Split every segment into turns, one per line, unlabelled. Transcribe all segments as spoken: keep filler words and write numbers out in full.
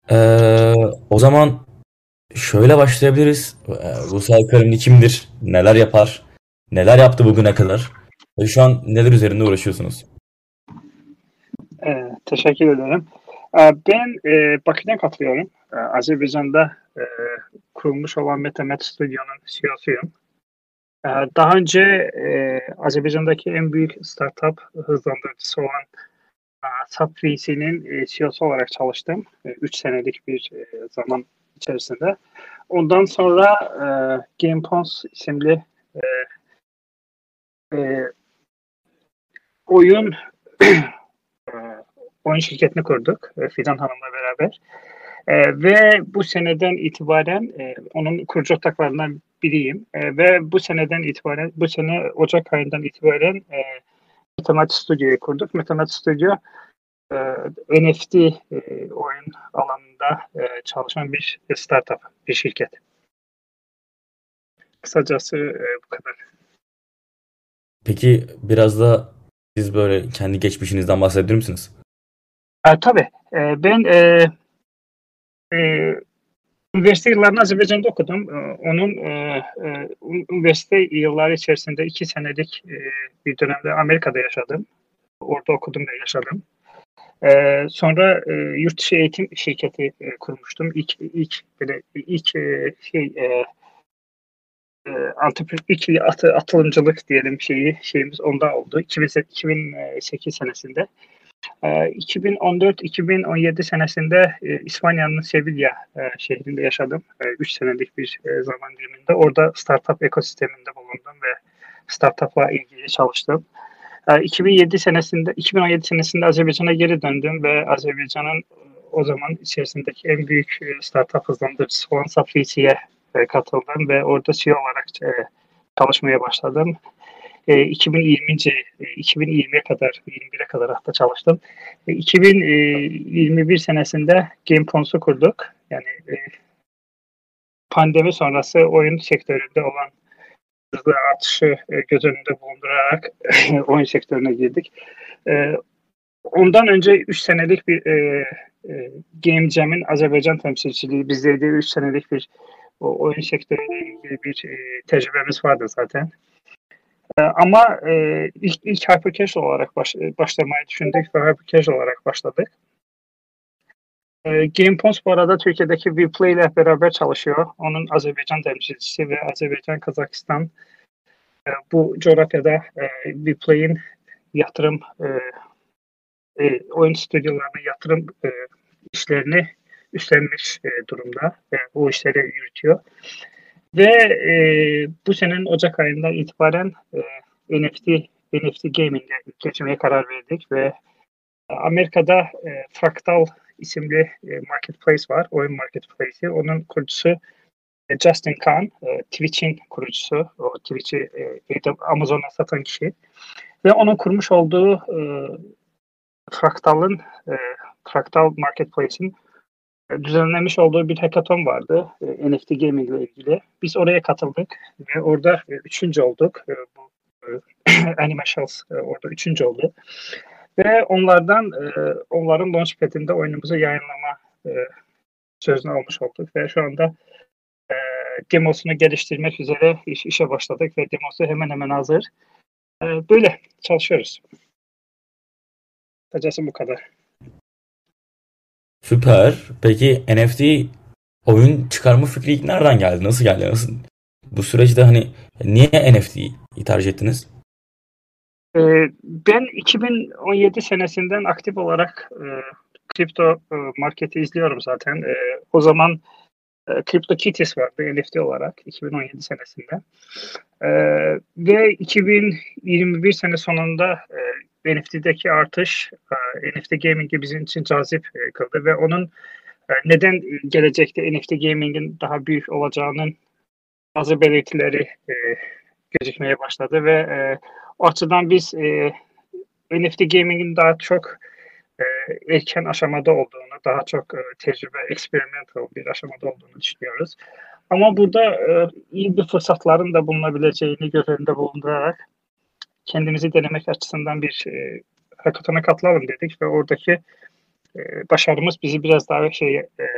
Ee, O zaman şöyle başlayabiliriz. Ee, Rusal Karimli kimdir? Neler yapar? Neler yaptı bugüne kadar? Ve şu an neler üzerinde uğraşıyorsunuz?
Ee, teşekkür ederim. Ee, ben e, Bakü'den katılıyorum. Ee, Azerbaycan'da e, kurulmuş olan MetaMed Studio'nun C E O'suyum. Ee, daha önce e, Azerbaycan'daki en büyük startup hızlandırıcısı olan e, SAP-V C'nin e, C E O'su olarak çalıştım. E, üç senelik bir e, zaman içerisinde. Ondan sonra e, GamePons isimli e, oyun e, oyun şirketini kurduk. E, Fidan Hanım'la beraber. E, ve bu seneden itibaren e, onun kurucu ortaklarından biriyim. E, ve bu seneden itibaren, bu sene Ocak ayından itibaren e, Matematik Stüdyo'yu kurduk. Matematik Stüdyo e, N F T e, oyun alanında e, çalışan bir startup, bir şirket. Kısacası e, bu kadar.
Peki biraz da siz böyle kendi geçmişinizden bahsedebilir misiniz?
E, tabii. E, ben e, e, üniversite yıllarını Azerbaycan'da okudum. E, onun e, e, üniversite yılları içerisinde iki senelik e, bir dönemde Amerika'da yaşadım. Orada okudum ve yaşadım. Ee, sonra e, yurt dışı eğitim şirketi e, kurmuştum. İlk ilk böyle ilk e, şey e, e, antreprenör ilk atı, atılımcılık diyelim şeyi şeyimiz onda oldu. iki bin sekiz senesinde. E, iki bin on dört-iki bin on yedi senesinde e, İspanya'nın Sevilla e, şehrinde yaşadım. E, üç senelik bir e, zaman diliminde. Orada startup ekosisteminde bulundum ve startupla ilgili çalıştım. E, iki bin yedi senesinde, iki bin on yedi senesinde Azerbaycan'a geri döndüm ve Azerbaycan'ın o zaman içerisindeki en büyük e, startup hızlandırıcısı olan SAP-V e, katıldım ve orada C E O olarak e, çalışmaya başladım. E, iki bin yirmi, e, iki bin yirmiye kadar, yirmi bire kadar hatta çalıştım. E, iki bin yirmi bir senesinde GamePons'u kurduk. Yani e, pandemi sonrası oyun sektöründe olan hızlı artışı e, göz önünde bulundurarak oyun sektörüne girdik. E, Ondan önce üç senelik bir e, e, Game Jam'in Azerbaycan temsilciliği bizdeydi. üç senelik bir o, oyun sektörüyle ilgili bir e, tecrübemiz vardı zaten. E, ama e, ilk, ilk Hyper Casual olarak baş, başlamayı düşündük ve Hyper Casual olarak başladık. E, GamePons bu arada Türkiye'deki Vplay ile beraber çalışıyor. Onun Azerbaycan temsilcisi ve Azerbaycan, Kazakistan e, bu coğrafyada e, Vplay'in yatırım e, e, oyun stüdyolarına yatırım e, işlerini üstlenmiş e, durumda. E, bu işleri yürütüyor. Ve e, bu senenin Ocak ayından itibaren e, N F T N F T Gaming'e geçmeye karar verdik ve Amerika'da e, Fractal isimli e, marketplace var. Oyun marketplace'i. Onun kurucusu e, Justin Khan, e, Twitch'in kurucusu. O Twitch'i e, Amazon'a satan kişi. Ve onun kurmuş olduğu e, Fractal'ın e, Fractal Marketplace'in e, düzenlemiş olduğu bir hackathon vardı e, N F T Gaming ile ilgili. Biz oraya katıldık ve orada e, üçüncü olduk. E, bu e, Animations e, orada üçüncü oldu. Ve onlardan e, onların Launchpad'inde oyunumuzu yayınlama e, sözünü almış olduk ve şu anda e, demosunu geliştirmek üzere iş, işe başladık ve demosu hemen hemen hazır. E, böyle çalışıyoruz. Kısacası bu kadar.
Süper. Peki N F T oyun çıkarma fikri ilk nereden geldi? Nasıl geldi? Nasıl? Bu süreçte hani niye N F T'yi tercih ettiniz?
Ee, ben iki bin on yedi senesinden aktif olarak e, kripto e, marketi izliyorum zaten. E, o zaman e, CryptoKitties vardı N F T olarak iki bin on yedi senesinde. E, ve iki bin yirmi bir sene sonunda e, N F T'deki artış e, N F T Gaming'i bizim için cazip e, kıldı ve onun e, neden gelecekte N F T Gaming'in daha büyük olacağının bazı belirtileri e, gözükmeye başladı ve e, o açıdan biz e, N F T Gaming'in daha çok e, erken aşamada olduğunu, daha çok e, tecrübe, experimental bir aşamada olduğunu düşünüyoruz. Ama burada e, iyi bir fırsatların da bulunabileceğini göz önünde bulundurarak kendimizi denemek açısından bir e, hackathon'a katılalım dedik ve oradaki e, başarımız bizi biraz daha şey e,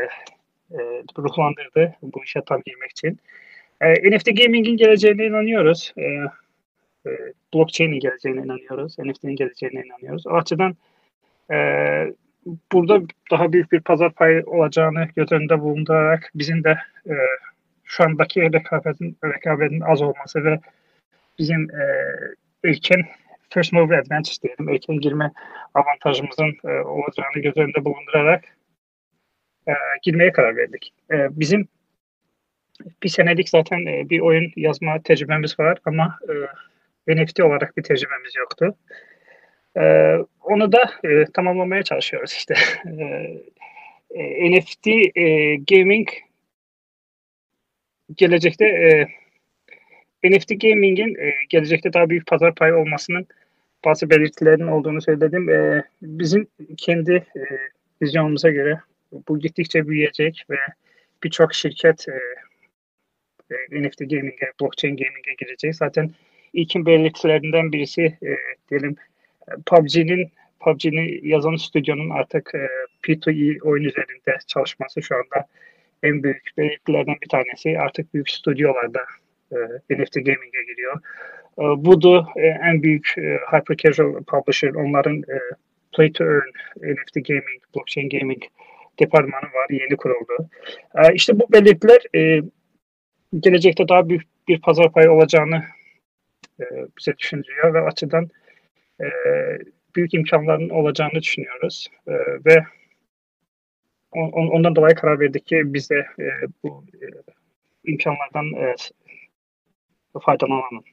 e, ruhlandırdı bu işe tam girmek için. E, N F T Gaming'in geleceğine inanıyoruz. E, e, blockchain'in geleceğine inanıyoruz. N F T'nin geleceğine inanıyoruz. O açıdan e, burada daha büyük bir pazar payı olacağını göz önünde bulundurarak bizim de e, şu andaki rekabetin, rekabetin az olması ve bizim e, erken first mover advantage diyelim, erken girme avantajımızın e, olacağını göz önünde bulundurarak e, girmeye karar verdik. E, bizim bir senelik zaten e, bir oyun yazma tecrübemiz var ama e, N F T olarak bir tecrübemiz yoktu. E, onu da e, tamamlamaya çalışıyoruz işte. e, e, N F T e, gaming gelecekte e, N F T gaming'in e, gelecekte daha büyük pazar payı olmasının bazı belirtilerinin olduğunu söyledim. E, bizim kendi e, vizyonumuza göre bu gittikçe büyüyecek ve birçok şirket e, e, N F T gaming'e, blockchain gaming'e girecek. Zaten ilkin belirtilerinden birisi e, diyelim P U B G'nin P U B G'nin yazan stüdyonun artık e, P iki E oyun üzerinde çalışması şu anda en büyük belirtilerden bir tanesi. Artık büyük stüdyolarda e, N F T gaming'e giriyor. E, Voodoo e, en büyük e, hyper casual publisher. Onların e, Play to Earn N F T gaming, blockchain gaming departmanı var. Yeni kuruldu. E, işte bu belirtiler e, gelecekte daha büyük bir pazar payı olacağını e, bize düşündürüyor ve açıdan e, büyük imkanların olacağını düşünüyoruz. E, ve on, ondan dolayı karar verdik ki biz de e, bu e, imkanlardan e, faydalanalım.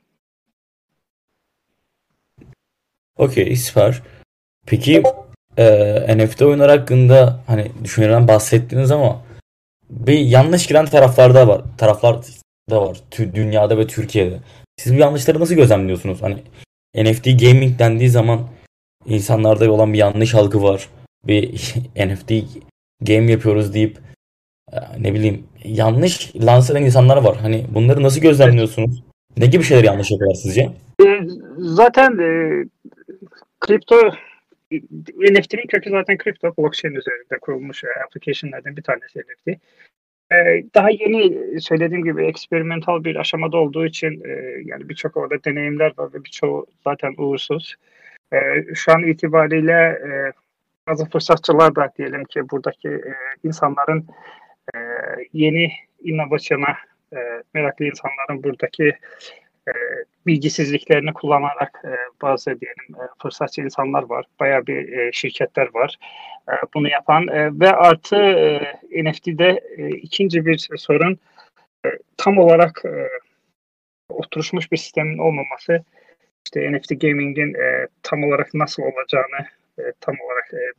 Okey, süper. Peki e, N F T oyunlar hakkında hani düşüncelerden bahsettiniz ama bir yanlış giren taraflar da var. Taraflar da var. Tü- dünyada ve Türkiye'de. Siz bu yanlışları nasıl gözlemliyorsunuz? Hani N F T gaming dendiği zaman insanlarda olan bir yanlış algı var. Bir N F T game yapıyoruz deyip e, ne bileyim yanlış lanse eden insanlar var. Hani bunları nasıl gözlemliyorsunuz? Ne gibi şeyler yanlış yapıyorlar sizce?
E, zaten e, kripto N F T'nin kökü zaten kripto blockchain üzerinde kurulmuş e, application'lardan bir tanesi N F T. E, daha yeni söylediğim gibi eksperimental bir aşamada olduğu için e, yani birçok orada deneyimler var ve birçoğu zaten uğursuz. E, şu an itibariyle e, bazı fırsatçılar da diyelim ki buradaki e, insanların e, yeni inovasyona e, meraklı insanların buradaki e, bilgisizliklerini kullanarak e, bazı diyelim e, fırsatçı insanlar var. Bayağı bir e, şirketler var e, bunu yapan e, ve artı e, N F T'de e, ikinci bir sorun e, tam olarak e, oturmuş bir sistemin olmaması. İşte N F T gaming'in e, tam olarak nasıl olacağını e, tam olarak e,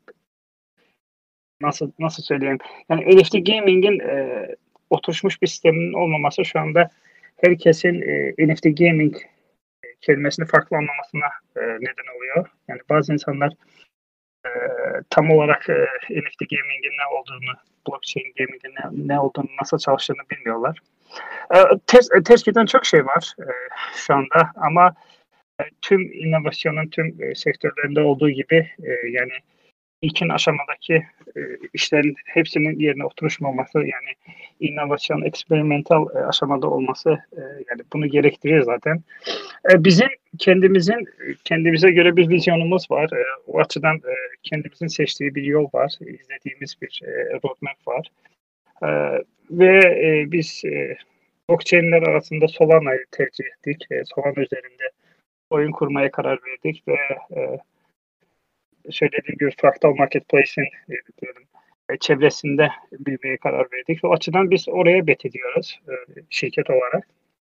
nasıl nasıl söyleyeyim? Yani N F T gaming'in e, oturmuş bir sistemin olmaması şu anda herkesin e, N F T gaming kelimesini farklı anlamasına e, neden oluyor. Yani bazı insanlar e, tam olarak e, N F T gaming'in ne olduğunu, blockchain gaming'in ne, ne olduğunu, nasıl çalıştığını bilmiyorlar. E, ters, ters giden çok şey var e, şu anda ama e, tüm inovasyonun tüm e, sektörlerinde olduğu gibi e, yani ilkin aşamadaki e, işlerin hepsinin yerine oturuşmaması yani inovasyon, eksperimental e, aşamada olması e, yani bunu gerektirir zaten. E, bizim kendimizin kendimize göre bir vizyonumuz var. E, o açıdan e, kendimizin seçtiği bir yol var. İzlediğimiz bir e, roadmap var. E, ve e, biz e, blockchain'ler arasında Solana'yı tercih ettik. E, Solana üzerinde oyun kurmaya karar verdik ve e, söylediğim gibi Fractal Marketplace'in e, diyelim, e, çevresinde büyümeye karar verdik. O açıdan biz oraya bet ediyoruz e, şirket olarak.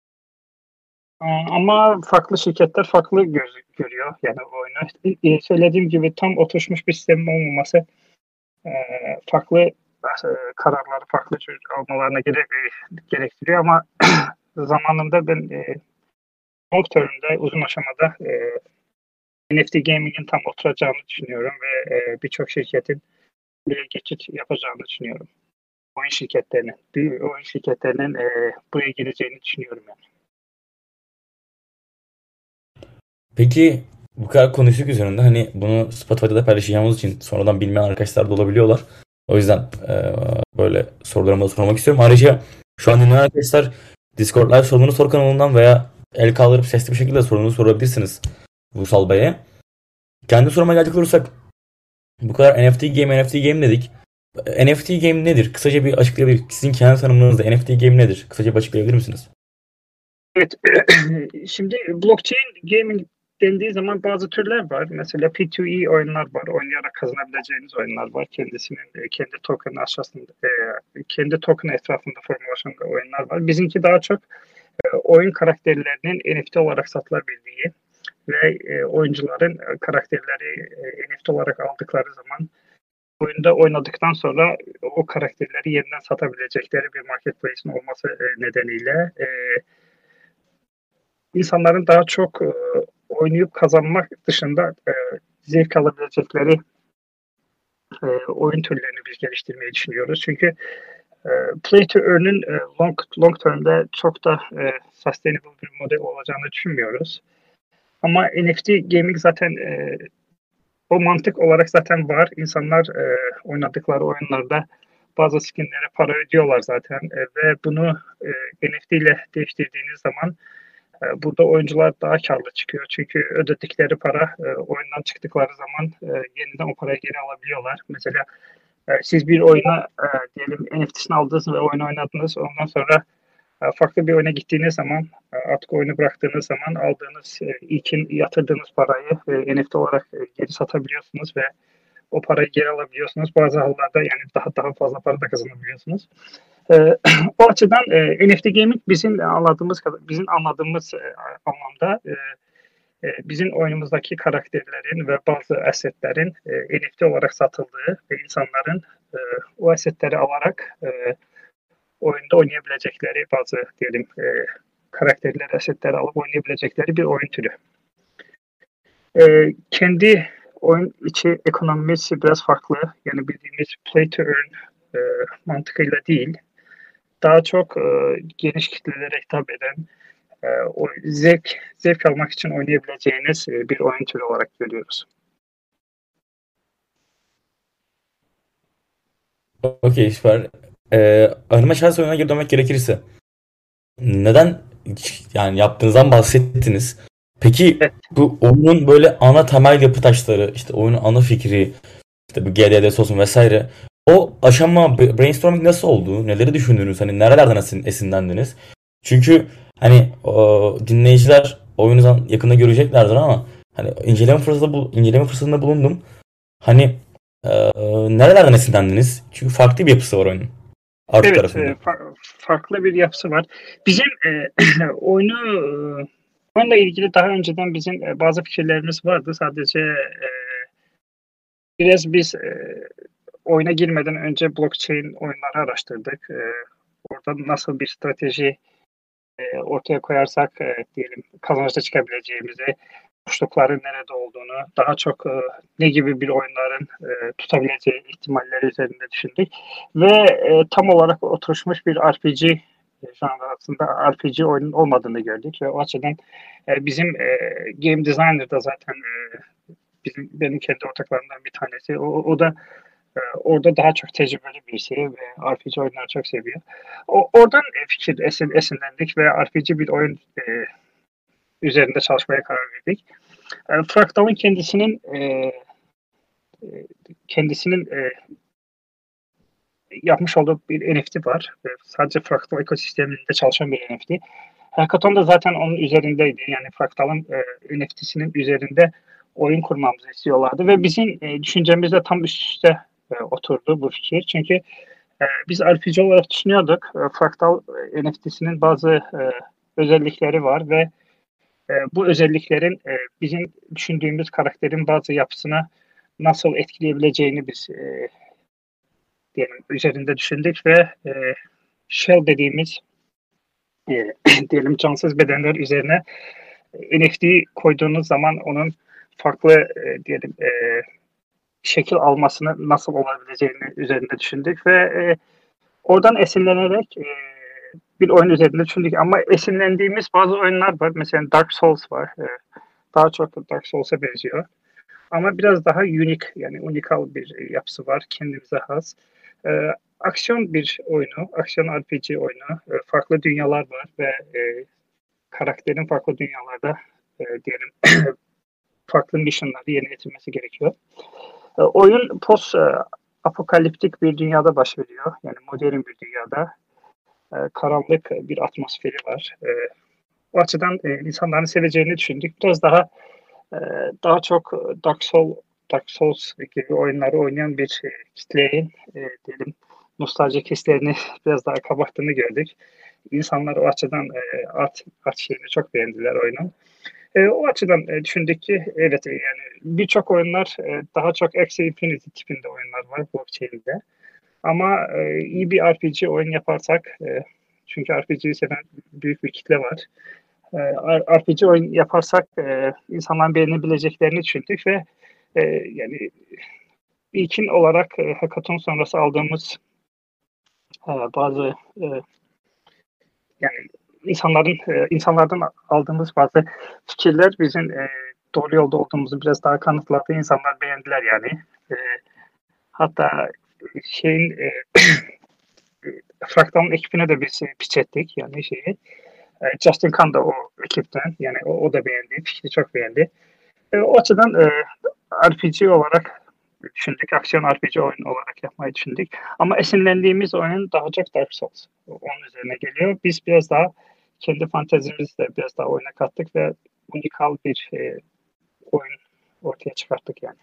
E, ama farklı şirketler farklı göz, görüyor yani o oyunu. E, söylediğim gibi tam oturmuş bir sistemin olmaması e, farklı e, kararları farklı almalarına gerek, gerektiriyor ama zamanında ben e, long term'de uzun aşamada e, N F T gaming'in tam oturacağını düşünüyorum ve e, birçok şirketin buraya geçit yapacağını düşünüyorum. Oyun şirketlerinin, büyük oyun şirketlerinin e, buraya gireceğini düşünüyorum yani.
Peki bu kadar konuştuk üzerinde hani bunu Spotify'da da paylaşacağımız için sonradan bilmeyen arkadaşlar da olabiliyorlar. O yüzden e, böyle sorularımı da sormak istiyorum. Ayrıca şu an dinleyen arkadaşlar Discord Live sorunu sor kanalından veya el kaldırıp sesli bir şekilde sorunuzu sorabilirsiniz Vursal Bey'e. Kendi soruma gelecek olursak bu kadar N F T game N F T game dedik. N F T game nedir? Kısaca bir açıklayabilir. Sizin kendi tanımlarınızda N F T game nedir? Kısaca bir açıklayabilir misiniz?
Evet, şimdi blockchain gaming dendiği zaman bazı türler var. Mesela P iki E oyunlar var. Oynayarak kazanabileceğiniz oyunlar var. Kendisinin kendi token aşağısında, kendi token etrafında formalaşan oyunlar var. Bizimki daha çok oyun karakterlerinin N F T olarak satılabildiği ve oyuncuların karakterleri N F T olarak aldıkları zaman oyunda oynadıktan sonra o karakterleri yeniden satabilecekleri bir marketplace'in olması nedeniyle insanların daha çok e, oynayıp kazanmak dışında e, zevk alabilecekleri e, oyun türlerini biz geliştirmeyi düşünüyoruz. Çünkü e, play to earn'ün e, long long term'de çok da e, sustainable bir model olacağını düşünmüyoruz. Ama N F T gaming zaten e, o mantık olarak zaten var. İnsanlar e, oynadıkları oyunlarda bazı skinlere para ödüyorlar zaten e, ve bunu e, N F T ile değiştirdiğiniz zaman burada oyuncular daha karlı çıkıyor. Çünkü ödedikleri para oyundan çıktıkları zaman yeniden o parayı geri alabiliyorlar. Mesela siz bir oyuna diyelim N F T'sini aldınız ve oyunu oynadınız. Ondan sonra farklı bir oyuna gittiğiniz zaman artık oyunu bıraktığınız zaman aldığınız ilkin yatırdığınız parayı N F T olarak geri satabiliyorsunuz ve o parayı geri alabiliyorsunuz. Bazı hallarda yani daha daha fazla para da kazanabiliyorsunuz. E, o açıdan e, N F T gaming bizim anladığımız bizim anladığımız e, anlamda e, e, bizim oyunumuzdaki karakterlerin ve bazı assetlerin e, N F T olarak satıldığı ve insanların e, o assetleri alarak e, oyunda oynayabilecekleri bazı diyelim e, karakterler, assetleri alıp oynayabilecekleri bir oyun türü. E, kendi oyun içi ekonomisi biraz farklı. Yani bildiğimiz play to earn e, mantığıyla değil. Daha çok e, geniş kitlelere hitap eden, e, o zevk zevk almak için oynayabileceğiniz e, bir oyun türü olarak görüyoruz.
Okey, süper. Ee, Anime şahsi oyuna geri dönmek gerekirse neden yani yaptığınızdan bahsettiniz. Peki
Evet.
bu oyunun böyle ana temel yapı taşları, işte oyunun ana fikri, işte bu G D D olsun vesaire. O aşama brainstorming nasıl oldu? Neleri düşündünüz? Hani nerelerden esin, esinlendiniz? Çünkü hani o, dinleyiciler oyunu yakında göreceklerdir ama hani inceleme fırsatı bu inceleme fırsatında bulundum. Hani e, nerelerden esinlendiniz? Çünkü farklı bir yapısı var oyunun. Art
Evet, e,
tarafında.
fa- farklı bir yapısı var. Bizim e, oyunu e, oyunla ilgili daha önceden bizim e, bazı fikirlerimiz vardı. Sadece e, biraz biz e, oyuna girmeden önce blockchain oyunları araştırdık. E, orada nasıl bir strateji e, ortaya koyarsak e, diyelim kazançta çıkabileceğimizi, boşlukların nerede olduğunu, daha çok e, ne gibi bir oyunların e, tutabileceği ihtimalleri üzerinde düşündük. Ve e, tam olarak oturmuş bir R P G janrasında R P G oyunun olmadığını gördük ve o açıdan e, bizim e, game designer da zaten e, bizim benim kendi ortaklarımdan bir tanesi. O, o da e, orada daha çok tecrübeli birisi ve R P G oyunları çok seviyor. O, oradan e, fikir esin, esinlendik ve R P G bir oyun e, üzerinde çalışmaya karar verdik. E, Fractal'ın kendisinin e, kendisinin e, yapmış olduğu bir N F T var. E, sadece Fractal ekosisteminde çalışan bir N F T. Hackathon da zaten onun üzerindeydi. Yani Fractal'ın e, N F T'sinin üzerinde oyun kurmamızı istiyorlardı ve bizim e, düşüncemizle tam üst üste e, oturdu bu fikir. Çünkü e, biz R P G olarak düşünüyorduk. E, Fractal e, N F T'sinin bazı e, özellikleri var ve e, bu özelliklerin e, bizim düşündüğümüz karakterin bazı yapısına nasıl etkileyebileceğini biz e, diyelim üzerinde düşündük ve e, shell dediğimiz e, diyelim cansız bedenler üzerine N F T koyduğunuz zaman onun farklı e, diyelim e, şekil almasını nasıl olabileceğini üzerinde düşündük ve e, oradan esinlenerek e, bir oyun üzerinde düşündük ama esinlendiğimiz bazı oyunlar var. Mesela Dark Souls var. E, daha çok Dark Souls'a benziyor. Ama biraz daha unik yani unikal bir yapısı var. Kendimize has. E, aksiyon bir oyunu, aksiyon R P G oyunu. E, farklı dünyalar var ve e, karakterin farklı dünyalarda e, diyelim farklı missionları yerine getirmesi gerekiyor. E, oyun post e, apokaliptik bir dünyada başlıyor. Yani modern bir dünyada. E, karanlık bir atmosferi var. E, o açıdan e, insanların seveceğini düşündük. Biraz daha e, daha çok Dark Souls, Dark Souls gibi oyunları oynayan bir e, kitleyin e, diyelim nostaljik hislerini biraz daha kabarttığını gördük. İnsanlar o açıdan e, art, art şeyini çok beğendiler oyunun. E, o açıdan e, düşündük ki evet e, yani birçok oyunlar e, daha çok Axie Infinity tipinde oyunlar var blockchain'de. Ama e, iyi bir R P G oyun yaparsak e, çünkü R P G'yi seven büyük bir kitle var. E, R P G oyun yaparsak e, insanların beğenebileceklerini düşündük ve e, yani ilkin olarak e, hackathon sonrası aldığımız e, bazı e, yani insanların e, insanlardan aldığımız bazı fikirler bizim e, doğru yolda olduğumuzu biraz daha kanıtladı. İnsanlar beğendiler yani. E, hatta şeyin e, Fractal'ın ekibine de biz e, pitch ettik yani şeyi. E, Justin Khan da o ekipten yani o, o da beğendi. Fikri çok beğendi. E, o açıdan e, R P G olarak düşündük. Aksiyon R P G oyun olarak yapmayı düşündük. Ama esinlendiğimiz oyun daha çok Dark Souls. Onun üzerine geliyor. Biz biraz daha kendi fantezimizle biraz daha oyuna kattık ve unikal bir e, oyun ortaya çıkarttık yani.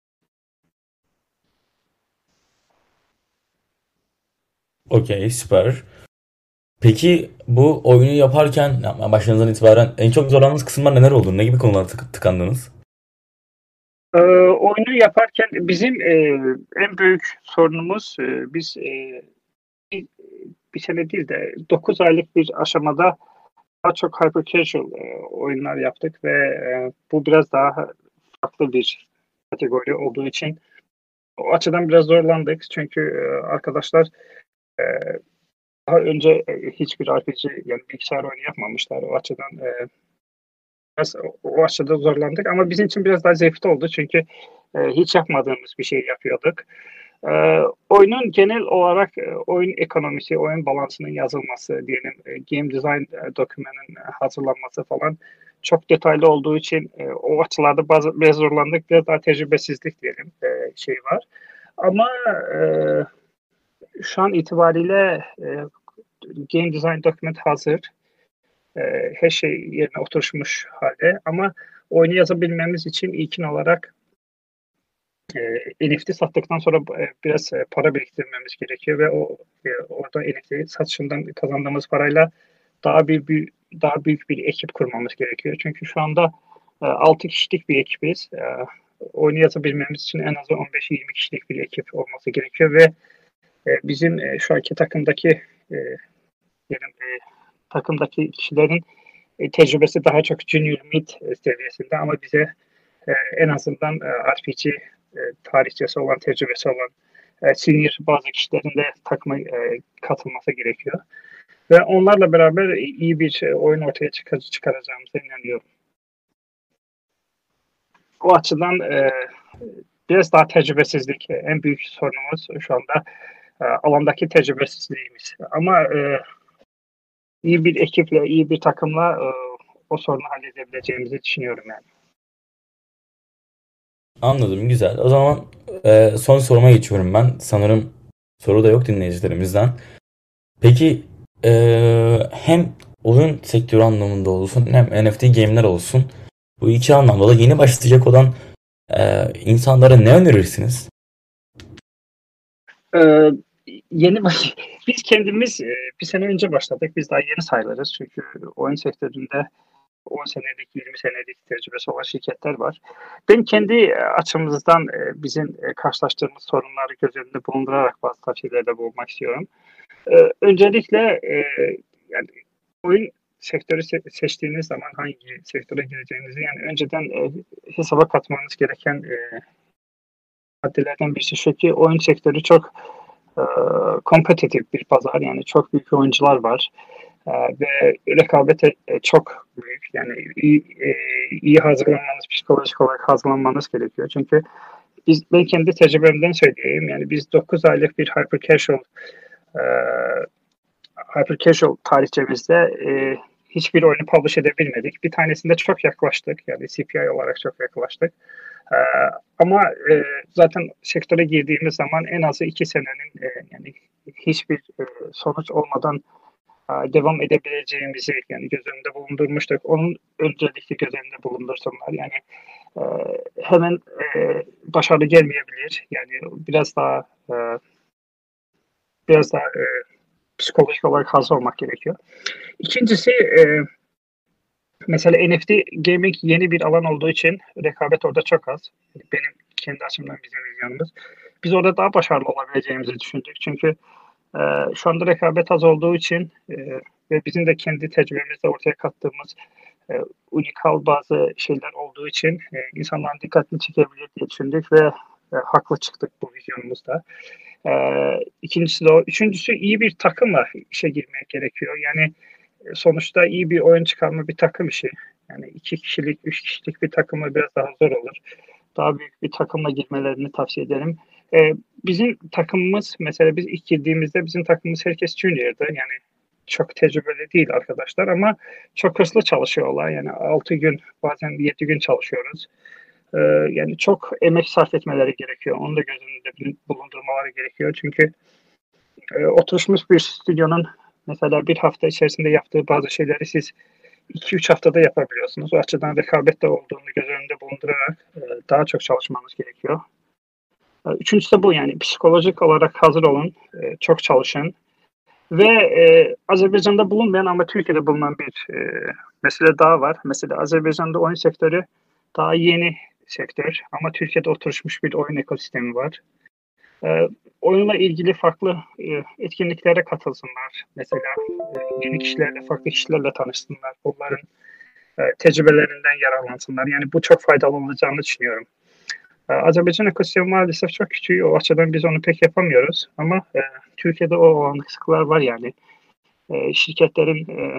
Okey, süper. Peki bu oyunu yaparken ya, başınızdan itibaren en çok zorlandığınız kısımlar neler oldu? Ne gibi konulara tık- tıkandınız?
Ee, oyunu yaparken bizim e, en büyük sorunumuz e, biz e, bir, bir sene değil de dokuz aylık bir aşamada daha çok hyper casual e, oyunlar yaptık ve e, bu biraz daha farklı bir kategori olduğu için o açıdan biraz zorlandık. Çünkü e, arkadaşlar e, daha önce e, hiçbir R P G yani bilgisayar oyunu yapmamışlar. O açıdan e, biraz o, o açıdan zorlandık ama bizim için biraz daha zevkli oldu çünkü e, hiç yapmadığımız bir şey yapıyorduk. E, oyunun genel olarak e, oyun ekonomisi, oyun balansının yazılması, diyelim e, game design e, dokümanının e, hazırlanması falan çok detaylı olduğu için e, o açılarda bazı biraz zorlandık. Biraz daha tecrübesizlik diyelim e, şey var. Ama e, şu an itibariyle e, game design document hazır. E, her şey yerine oturmuş halde. Ama oyunu yazabilmemiz için ilkin olarak e, N F T sattıktan sonra e, biraz e, para biriktirmemiz gerekiyor ve o e, orada N F T satışından kazandığımız parayla daha bir, bir daha büyük bir ekip kurmamız gerekiyor. Çünkü şu anda e, altı kişilik bir ekibiz. E, oyunu yazabilmemiz için en az on beş yirmi kişilik bir ekip olması gerekiyor ve e, bizim e, şu anki takımdaki e, diyelim, e, takımdaki kişilerin e, tecrübesi daha çok junior mid e, seviyesinde ama bize e, en azından e, R P G e, tarihçesi olan, tecrübesi olan e, senior bazı kişilerin de takıma e, katılması gerekiyor. Ve onlarla beraber iyi bir e, oyun ortaya çıkar çıkaracağımıza inanıyorum. O açıdan e, biraz daha tecrübesizlik e, en büyük sorunumuz şu anda e, alandaki tecrübesizliğimiz. Ama e, iyi bir ekiple, iyi bir takımla e, o sorunu halledebileceğimizi düşünüyorum yani.
Anladım, güzel. O zaman e, son soruma geçiyorum ben. Sanırım soru da yok dinleyicilerimizden. Peki e, hem oyun sektörü anlamında olsun hem N F T game'ler olsun bu iki anlamda da yeni başlayacak olan e, insanlara ne önerirsiniz?
Ee, yeni baş- biz kendimiz e, bir sene önce başladık. Biz daha yeni sayılırız çünkü oyun sektöründe on senelik, yirmi senelik tecrübesi olan şirketler var. Ben kendi e, açımızdan e, bizim e, karşılaştığımız sorunları göz önünde bulundurarak bazı tavsiyelerde bulunmak istiyorum. Ee, öncelikle e, yani oyun sektörü se- seçtiğiniz zaman hangi sektöre gireceğinizi yani önceden e, hesaba katmanız gereken e, maddelerden birisi şu ki oyun sektörü çok e, kompetitif bir pazar yani çok büyük oyuncular var. E, ve rekabet e, çok büyük. Yani iyi, e, iyi hazırlanmanız, psikolojik olarak hazırlanmanız gerekiyor. Çünkü biz ben kendi tecrübemden söyleyeyim. Yani biz dokuz aylık bir hyper casual e, hyper casual tarihçemizde e, hiçbir oyunu publish edebilmedik. Bir tanesinde çok yaklaştık. Yani C P I olarak çok yaklaştık. E, ama e, zaten sektöre girdiğimiz zaman en azı iki senenin e, yani hiçbir e, sonuç olmadan e, devam edebileceğimizi yani göz önünde bulundurmuştuk. Onun öncelikle göz önünde bulundursunlar. Yani e, hemen e, başarılı gelmeyebilir. Yani biraz daha e, biraz daha e, psikolojik olarak hazır olmak gerekiyor. İkincisi e, mesela N F T gaming yeni bir alan olduğu için rekabet orada çok az. Benim kendi açımdan bizim vizyonumuz. Biz orada daha başarılı olabileceğimizi düşündük. Çünkü e, şu anda rekabet az olduğu için e, ve bizim de kendi tecrübemizde ortaya kattığımız e, unikal bazı şeyler olduğu için e, insanların dikkatini çekebilir diye düşündük ve e, haklı çıktık bu vizyonumuzda. E, ikincisi de o. Üçüncüsü iyi bir takımla işe girmek gerekiyor. Yani e, sonuçta iyi bir oyun çıkarma bir takım işi. Yani iki kişilik, üç kişilik bir takımla biraz daha zor olur. Daha büyük bir takımla girmelerini tavsiye ederim. E, bizim takımımız, mesela biz ilk girdiğimizde bizim takımımız herkes junior'dı. Yani çok tecrübeli değil arkadaşlar ama çok hırslı çalışıyorlar. Yani altı gün, bazen yedi gün çalışıyoruz. Ee, yani çok emek sarf etmeleri gerekiyor. Onu da göz önünde bulundurmaları gerekiyor. Çünkü e, oturmuş bir stüdyonun mesela bir hafta içerisinde yaptığı bazı şeyleri siz iki üç haftada yapabiliyorsunuz. O açıdan rekabette olduğunu göz önünde bulundurarak e, daha çok çalışmanız gerekiyor. E, üçüncüsü de bu, yani psikolojik olarak hazır olun, e, çok çalışın. Ve e, Azerbaycan'da bulunmayan ama Türkiye'de bulunan bir e, mesele daha var. Mesela Azerbaycan'da oyun sektörü daha yeni sektör ama Türkiye'de oturmuş bir oyun ekosistemi var. E, oyunla ilgili farklı e, etkinliklere katılsınlar. Mesela e, yeni kişilerle, farklı kişilerle tanışsınlar. Onların e, tecrübelerinden yararlansınlar. Yani bu çok faydalı olacağını düşünüyorum. E, Azerbaycan ekosistemi maalesef çok küçük. O açıdan biz onu pek yapamıyoruz. Ama e, Türkiye'de o olan sıkılar var yani. E, şirketlerin, e,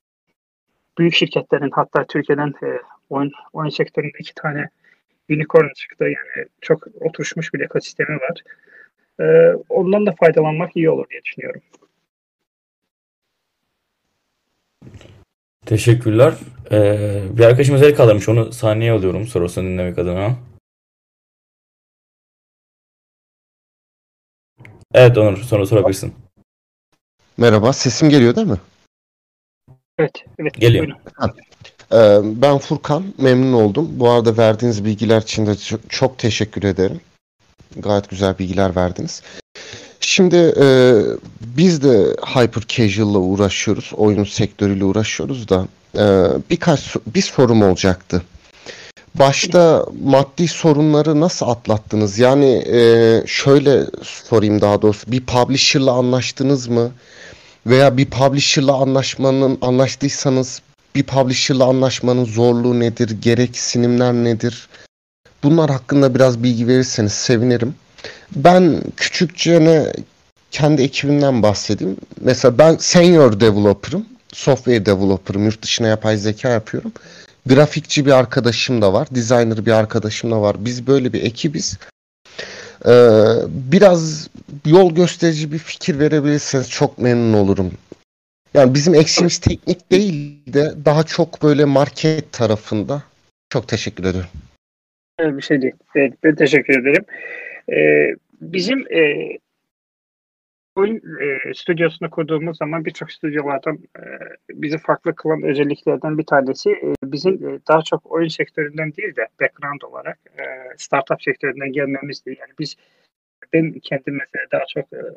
büyük şirketlerin, hatta Türkiye'den e, oyun, oyun sektöründe iki tane unicorn çıktı. Yani çok oturmuş bir ekosistemi var. E, ondan da faydalanmak iyi olur diye düşünüyorum.
Teşekkürler. Ee, bir arkadaşım özel kaldırmış. Onu sahneye alıyorum sorusunu dinlemek adına. Evet Onur, sonra sorabilirsin.
Merhaba, sesim geliyor değil mi?
Evet, evet.
Geliyor.
Buyurun.
Ee, ben Furkan, memnun oldum. Bu arada verdiğiniz bilgiler için de çok, çok teşekkür ederim. Gayet güzel bilgiler verdiniz. Şimdi e, biz de hyper casual'la uğraşıyoruz, oyun sektörüyle uğraşıyoruz da e, birkaç bir sorum olacaktı. Başta maddi sorunları nasıl atlattınız? Yani e, şöyle sorayım daha doğrusu, bir publisher'la anlaştınız mı? Veya bir publisher'la anlaşmanın anlaştıysanız bir publisher'la anlaşmanın zorluğu nedir? Gereksinimler nedir? Bunlar hakkında biraz bilgi verirseniz sevinirim. Ben küçükçe ne kendi ekibimden bahsedeyim. Mesela ben senior developer'ım. Software developer'ım. Yurt dışına yapay zeka yapıyorum. Grafikçi bir arkadaşım da var. Designer bir arkadaşım da var. Biz böyle bir ekibiz. Ee, biraz yol gösterici bir fikir verebilirseniz çok memnun olurum. Yani bizim eksiğimiz teknik değil de daha çok böyle market tarafında. Çok teşekkür ederim.
Evet, bir şey değil. Evet, ben teşekkür ederim. Ee, bizim e, oyun e, stüdyosunu kurduğumuz zaman birçok stüdyolardan e, bizi farklı kılan özelliklerden bir tanesi e, bizim e, daha çok oyun sektöründen değil de background olarak e, startup sektöründen gelmemizdi. Yani biz, ben kendim mesela daha çok e,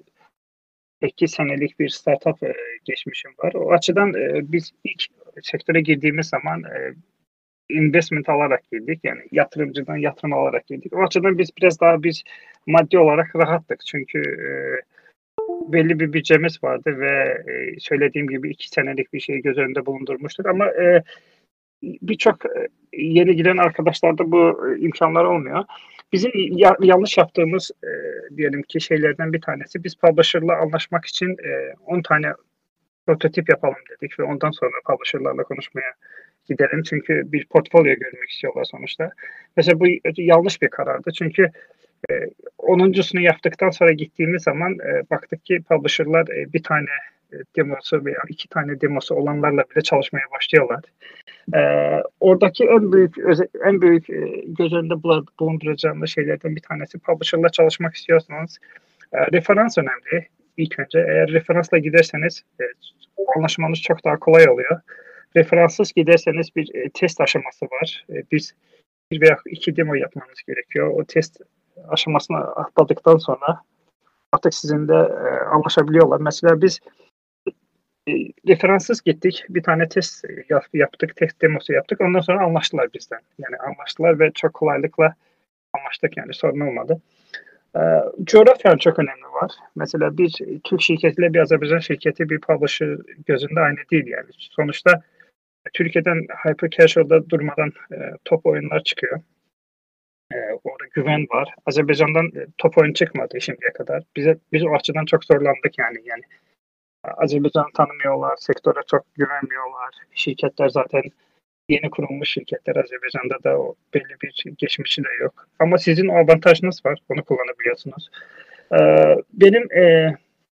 iki senelik bir startup e, geçmişim var. O açıdan e, biz ilk sektöre girdiğimiz zaman e, investment alarak girdik. Yani yatırımcıdan yatırım alarak girdik. O açıdan biz biraz daha biz maddi olarak rahattık. Çünkü e, belli bir bütçemiz vardı ve e, söylediğim gibi iki senelik bir şeyi göz önünde bulundurmuştuk. Ama e, birçok e, yeni giren arkadaşlarda bu e, imkanlar olmuyor. Bizim ya, yanlış yaptığımız e, diyelim ki şeylerden bir tanesi, biz publisher'la anlaşmak için e, on tane prototip yapalım dedik ve ondan sonra publisher'larla konuşmaya gidelim. Çünkü bir portfolyo görmek istiyorlar sonuçta. Mesela bu yanlış bir karardı. Çünkü e, onuncusunu yaptıktan sonra gittiğimiz zaman e, baktık ki publisher'lar e, bir tane e, demosu veya iki tane demosu olanlarla bile çalışmaya başlıyorlar. E, oradaki en büyük en büyük e, göz önünde bulunduracağımız şeylerden bir tanesi, publisher'la çalışmak istiyorsanız e, referans önemli. İlk önce eğer referansla giderseniz e, anlaşmanız çok daha kolay oluyor. Referansız giderseniz bir e, test aşaması var. E, biz bir veya iki demo yapmanız gerekiyor. O test aşamasını atladıktan sonra artık sizinle e, anlaşabiliyorlar. Mesela biz e, referanssız gittik. Bir tane test yap, yaptık. Test demosu yaptık. Ondan sonra anlaştılar bizden. Yani anlaştılar ve çok kolaylıkla anlaştık, yani sorun olmadı. E, coğrafya çok önemli var. Mesela bir Türk şirketiyle bir Azerbaycan şirketi bir publisher gözünde aynı değil yani. Sonuçta Türkiye'den Hyper Casual'da durmadan e, top oyunlar çıkıyor. E, orada güven var. Azerbaycan'dan e, top oyun çıkmadı şimdiye kadar. Bize biz o açıdan çok zorlandık yani. Yani Azerbaycan'ı tanımıyorlar, sektöre çok güvenmiyorlar. Şirketler zaten yeni kurulmuş şirketler. Azerbaycan'da da o belli bir geçmişi de yok. Ama sizin o avantajınız var. Onu kullanabiliyorsunuz. E, benim e,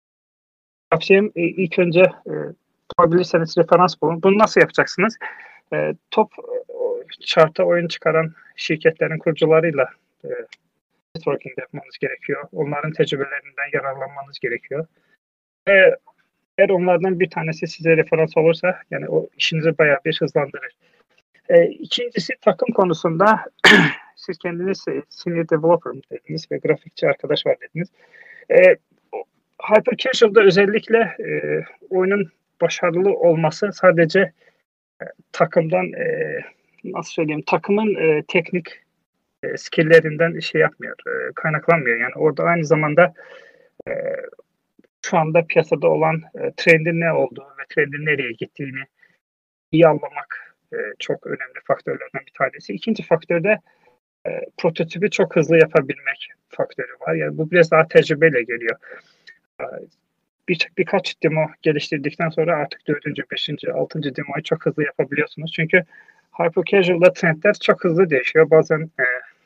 tavsiyem e, ilk önce e, yapabilirseniz referans bulun. Bunu nasıl yapacaksınız? E, top chart'a oyun çıkaran şirketlerin kurucularıyla e, networking yapmanız gerekiyor. Onların tecrübelerinden yararlanmanız gerekiyor. Ve eğer onlardan bir tanesi size referans olursa yani o işinizi bayağı bir hızlandırır. E, ikincisi takım konusunda siz kendiniz senior developer dediniz ve grafikçi arkadaş var dediniz. E, Hyper Casual'da özellikle e, oyunun başarılı olması sadece e, takımdan e, nasıl söyleyeyim takımın e, teknik e, skill'lerinden şey yapmıyor, e, kaynaklanmıyor. Yani orada aynı zamanda e, şu anda piyasada olan e, trendin ne olduğu ve trendin nereye gittiğini iyi anlamak e, çok önemli faktörlerden bir tanesi. İkinci faktör de e, prototipi çok hızlı yapabilmek faktörü var. Yani bu biraz daha tecrübeyle geliyor. E, bir, birkaç demo geliştirdikten sonra artık dördüncü, beşinci, altıncı demoyu çok hızlı yapabiliyorsunuz. Çünkü Hyper Casual'da trendler çok hızlı değişiyor. Bazen e,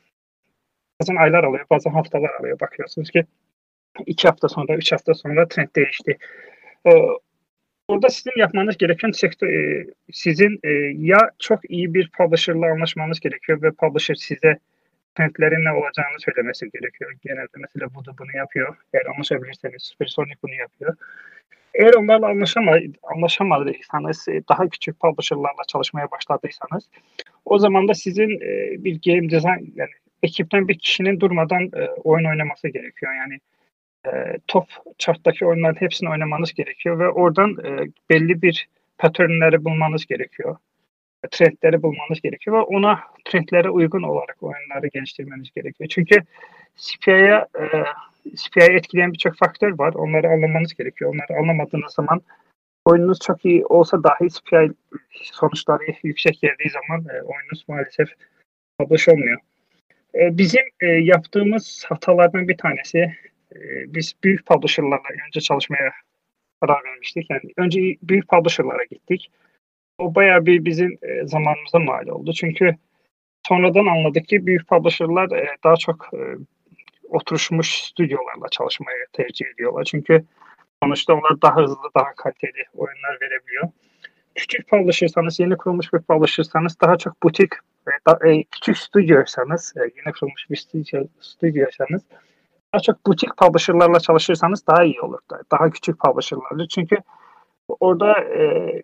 bazen aylar alıyor, bazen haftalar alıyor. Bakıyorsunuz ki iki hafta sonra, üç hafta sonra trend değişti. E, orada sizin yapmanız gereken sektör, e, sizin e, ya çok iyi bir publisher'la anlaşmanız gerekiyor ve publisher size trendlerin ne olacağını söylemesi gerekiyor. Genelde mesela bu da bunu yapıyor. Eğer anlaşabilirseniz Supersonic bunu yapıyor. Eğer onlarla anlaşama, anlaşamadıysanız, daha küçük publisher'larla çalışmaya başladıysanız o zaman da sizin e, bir game design, yani ekipten bir kişinin durmadan e, oyun oynaması gerekiyor. Yani e, top chart'taki oyunların hepsini oynamanız gerekiyor ve oradan e, belli bir patternleri bulmanız gerekiyor. Trendleri bulmanız gerekiyor ve ona trendlere uygun olarak oyunları geliştirmeniz gerekiyor. Çünkü C P I'ye e, C P I'yi etkileyen birçok faktör var. Onları anlamanız gerekiyor. Onları anlamadığınız zaman oyununuz çok iyi olsa dahi C P I sonuçları yüksek geldiği zaman e, oyununuz maalesef publish olmuyor. E, bizim e, yaptığımız hatalardan bir tanesi, e, biz büyük publisher'larla önce çalışmaya karar vermiştik. Yani önce büyük publisher'lara gittik. O bayağı bir bizim e, zamanımıza mal oldu. Çünkü sonradan anladık ki büyük publisher'lar e, daha çok e, oturmuş stüdyolarla çalışmayı tercih ediyorlar. Çünkü sonuçta onlar daha hızlı, daha kaliteli oyunlar verebiliyor. Küçük publisher'sanız, yeni kurulmuş bir publisher'sanız, daha çok butik, e, da, e, küçük stüdyoysanız, e, yeni kurulmuş bir stüdyo, stüdyoysanız, daha çok butik publisher'larla çalışırsanız daha iyi olur. Daha küçük publisher'larla. Çünkü orada e,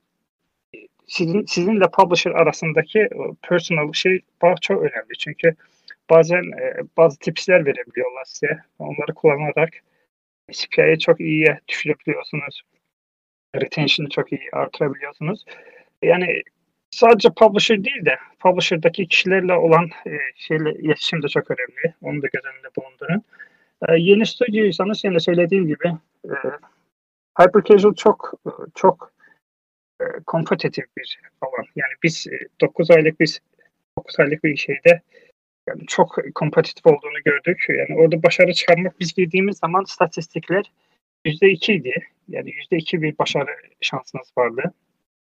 sizin sizinle publisher arasındaki personal şey çok önemli. Çünkü bazen e, bazı tipsler verebiliyorlar size. Onları kullanarak C P I'yi çok iyiye düşürebiliyorsunuz. Retention'ı çok iyi artırabiliyorsunuz. Yani sadece publisher değil de publisher'daki kişilerle olan e, şeyle iletişim de çok önemli. Onu da göz önünde bulundurun. E, yeni stüdyoysanız yine söylediğim gibi e, Hyper Casual çok çok e, kompetitif bir alan. Yani biz e, dokuz aylık biz dokuz aylık bir şeyde yani çok kompetitif olduğunu gördük. Yani orada başarı çıkarmak, biz girdiğimiz zaman statistikler yüzde iki idi. Yani yüzde iki bir başarı şansınız vardı.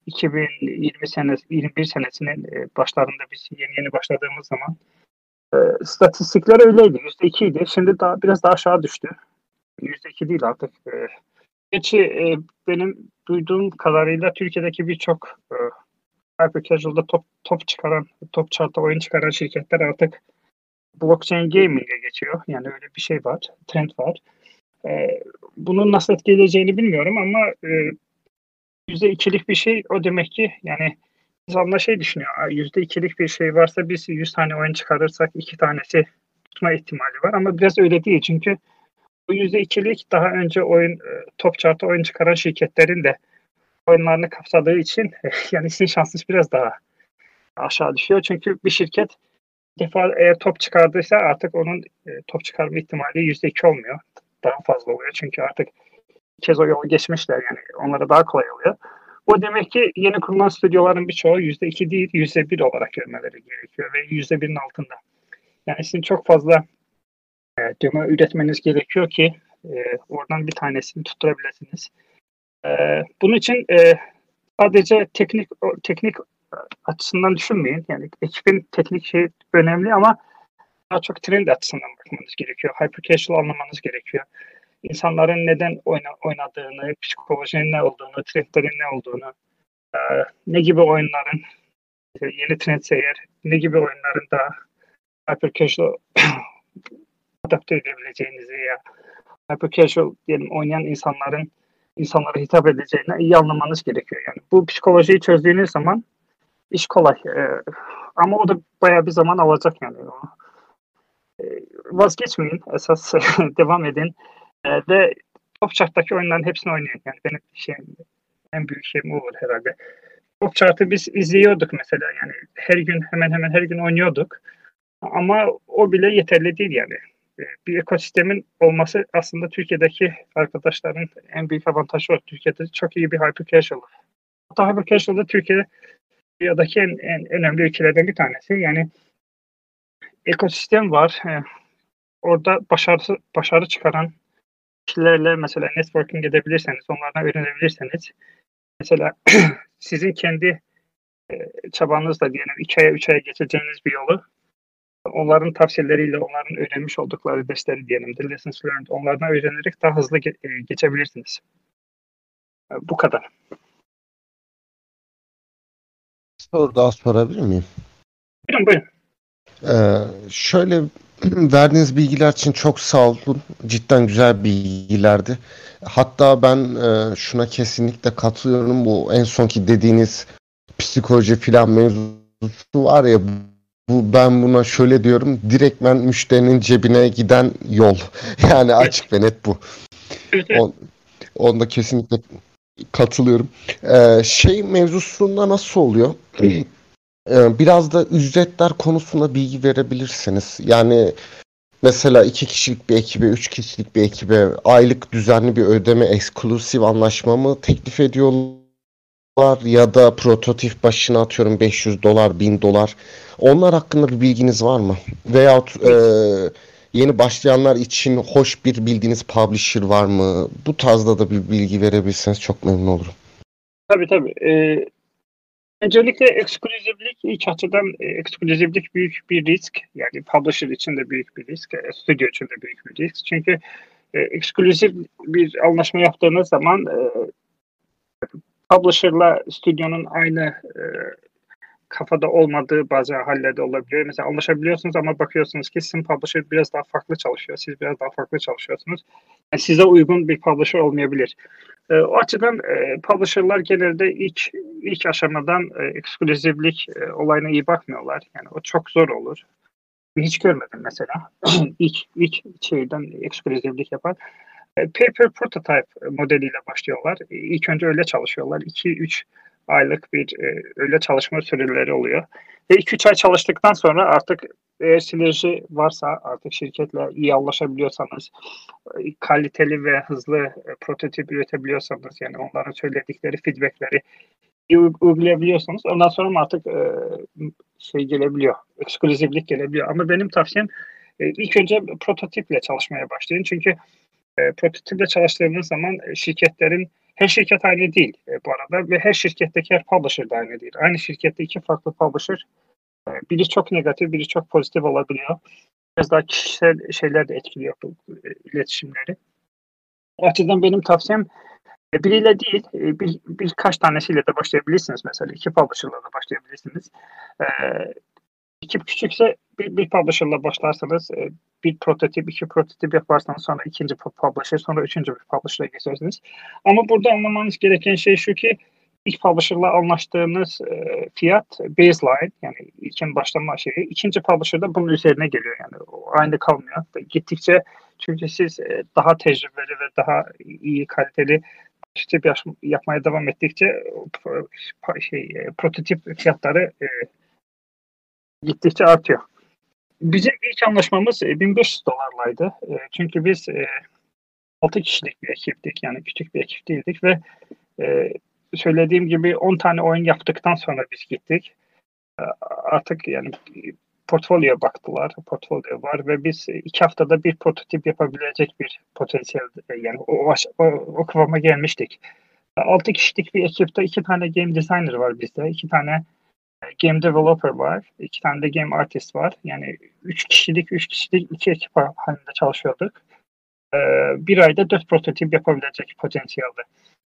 iki bin yirmi senesi, yirmi bir senesinin e, başlarında biz yeni yeni başladığımız zaman e, istatistikler öyleydi. yüzde iki idi. Şimdi daha biraz daha aşağı düştü. yüzde iki değil artık. E, Geçi e, benim duyduğum kadarıyla Türkiye'deki birçok e, hyper casual'da top, top çıkaran, top chart'ta oyun çıkaran şirketler artık blockchain gaming'e geçiyor. Yani öyle bir şey var, trend var. E, bunun nasıl etkileyeceğini bilmiyorum ama e, yüzde ikilik bir şey o demek ki yani insanlar şey düşünüyor. Yüzde ikilik bir şey varsa biz yüz tane oyun çıkarırsak iki tanesi tutma ihtimali var ama biraz öyle değil çünkü bu yüzde ikilik daha önce oyun top chart'a oyun çıkaran şirketlerin de oyunlarını kapsadığı için yani sizin şansınız biraz daha aşağı düşüyor. Çünkü bir şirket bir defa eğer top çıkardıysa artık onun top çıkarma ihtimali yüzde iki olmuyor. Daha fazla oluyor çünkü artık bir kez o yolu geçmişler yani onlara daha kolay oluyor. O demek ki yeni kurulan stüdyoların birçoğu yüzde iki değil yüzde bir olarak görmeleri gerekiyor ve yüzde birin altında. Yani sizin çok fazla e, demo üretmeniz gerekiyor ki e, oradan bir tanesini tutturabilirsiniz. E, bunun için e, sadece teknik teknik açısından düşünmeyin. Yani ekibin teknik şey önemli ama daha çok trend açısından bakmanız gerekiyor. Hyper casual anlamanız gerekiyor. İnsanların neden oyna, oynadığını, psikolojinin ne olduğunu, trendlerin ne olduğunu, e, ne gibi oyunların yeni trendse eğer ne gibi oyunların daha hyper casual adapte edebileceğinizi ya hyper casual diyelim oynayan insanların insanlara hitap edeceğine iyi anlamanız gerekiyor. Yani bu psikolojiyi çözdüğünüz zaman iş kolay. Ee, ama o da bayağı bir zaman alacak yani. Ee, vazgeçmeyin. Esas devam edin. Ee, ve top chart'taki oyunların hepsini oynayın. Yani benim şeyim, en büyük şeyim olur herhalde. Top chart'ı biz izliyorduk mesela. Yani her gün hemen hemen her gün oynuyorduk. Ama o bile yeterli değil yani. Bir ekosistemin olması aslında Türkiye'deki arkadaşların en büyük avantajı var. Türkiye'de çok iyi bir hyper casual var. Hatta hyper casual da Türkiye'de dünyadaki en, en önemli ülkelerden bir tanesi. Yani ekosistem var. Orada başarı, başarı çıkaran kişilerle mesela networking edebilirseniz, onlardan öğrenebilirseniz mesela sizin kendi çabanızla diyelim iki aya üç aya geçeceğiniz bir yolu onların tavsiyeleriyle, onların öğrenmiş oldukları dersleri diyelim, the lessons learned, onlardan öğrenerek daha hızlı ge- geçebilirsiniz. Bu kadar.
Soru daha sorabilir miyim?
Buyurun buyurun.
Ee, şöyle verdiğiniz bilgiler için çok sağ olun. Cidden güzel bilgilerdi. Hatta ben e, şuna kesinlikle katılıyorum. Bu en sonki dediğiniz psikoloji filan mevzusu var ya, bu ben buna şöyle diyorum. Direktmen müşterinin cebine giden yol. Yani açık ve net bu.
Evet, evet.
On, onda kesinlikle katılıyorum. Ee, şey mevzusunda nasıl oluyor? Ee, Biraz da ücretler konusunda bilgi verebilirsiniz. Yani mesela iki kişilik bir ekibe, üç kişilik bir ekibe aylık düzenli bir ödeme, eksklusif anlaşma mı teklif ediyorlar ya da prototip başına atıyorum beş yüz dolar, bin dolar. Onlar hakkında bir bilginiz var mı? Veyahut e, yeni başlayanlar için hoş bir bildiğiniz publisher var mı? Bu tarzda da bir bilgi verebilirseniz çok memnun olurum.
Tabii tabii. Ee, öncelikle ekskluzivlik ilk açıdan e, ekskluzivlik büyük bir risk. Yani publisher için de büyük bir risk, e, stüdyo için de büyük bir risk. Çünkü e, ekskluziv bir anlaşma yaptığınız zaman e, publisher'la stüdyonun aynı e, kafada olmadığı bazı hallerde olabiliyor. Mesela anlaşabiliyorsunuz ama bakıyorsunuz ki sizin publisher biraz daha farklı çalışıyor. Siz biraz daha farklı çalışıyorsunuz. Yani size uygun bir publisher olmayabilir. E, o açıdan e, publisher'lar genelde ilk ilk aşamadan e, ekskluzivlik e, olayına iyi bakmıyorlar. Yani o çok zor olur. Hiç görmedim mesela. ilk ilk şeyden ekskluzivlik yapan. E, Paper Prototype modeliyle başlıyorlar. E, İlk önce öyle çalışıyorlar. iki üç aylık bir e, öyle çalışma süreleri oluyor. Ve iki üç ay çalıştıktan sonra artık eğer sinerji varsa, artık şirketle iyi anlaşabiliyorsanız, e, kaliteli ve hızlı e, prototip üretebiliyorsanız, yani onların söyledikleri feedbackleri iyi uygulayabiliyorsanız ondan sonra artık e, şey gelebiliyor, ekskluzivlik gelebiliyor. Ama benim tavsiyem e, ilk önce prototiple çalışmaya başlayın. Çünkü e, prototiple çalıştığınız zaman e, şirketlerin her şirket aynı değil e, bu arada ve her şirketteki her publisher da aynı değil. Aynı şirkette iki farklı publisher, e, biri çok negatif, biri çok pozitif olabiliyor. Biraz daha kişisel şeyler de etkiliyor bu e, iletişimleri. O açıdan benim tavsiyem e, biriyle değil, e, bir, birkaç tanesiyle de başlayabilirsiniz mesela. İki publisher'la da başlayabilirsiniz. E, ekip küçükse bir, bir publisher'la başlarsanız e, bir prototip, iki prototip yaparsanız sonra ikinci publisher, sonra üçüncü bir publisher'a geçersiniz. Ama burada anlamanız gereken şey şu ki ilk publisher'la anlaştığınız e, fiyat baseline, yani ilkin başlama şeyi. İkinci publisher'da bunun üzerine geliyor, yani o aynı kalmıyor. Gittikçe çünkü siz e, daha tecrübeli ve daha iyi kaliteli prototip yapmaya devam ettikçe şey e, prototip fiyatları e, gittikçe artıyor. Bizim ilk anlaşmamız bin beş yüz dolarlaydı. E, çünkü biz e, altı kişilik bir ekiptik, yani küçük bir ekip değildik ve e, söylediğim gibi on tane oyun yaptıktan sonra biz gittik. E, artık yani portfolyoya baktılar, portfolyo var ve biz iki haftada bir prototip yapabilecek bir potansiyel, yani o, o, o kıvama gelmiştik. altı kişilik bir ekipte iki tane game designer var bizde, iki tane game developer var, iki tane de game artist var. Yani üç kişilik, üç kişilik iki ekip halinde çalışıyorduk. Ee, bir ayda dört prototip yapabilecek potansiyelde.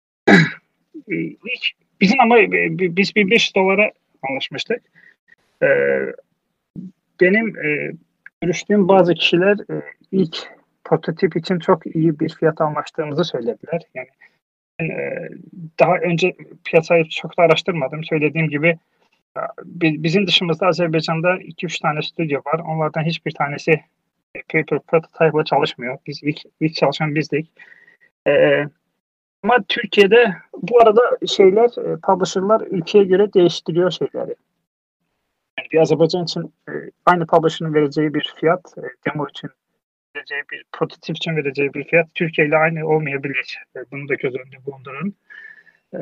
İlk, bizim ama biz bin beş yüz dolara anlaşmıştık. Ee, benim e, görüştüğüm bazı kişiler e, ilk prototip için çok iyi bir fiyat anlaştığımızı söylediler. Yani e, daha önce piyasayı çok da araştırmadım. Söylediğim gibi bizim dışımızda Azerbaycan'da iki üç tane stüdyo var. Onlardan hiçbir tanesi paper prototype'la çalışmıyor. Biz ilk, ilk çalışan bizdik. Ee, ama Türkiye'de bu arada şeyler, publisher'lar ülkeye göre değiştiriyor şeyleri. Yani bir Azerbaycan için e, aynı publisher'ın vereceği bir fiyat, e, demo için vereceği bir, prototip için vereceği bir fiyat Türkiye ile aynı olmayabilir. E, bunu da göz önünde bulundurun. E,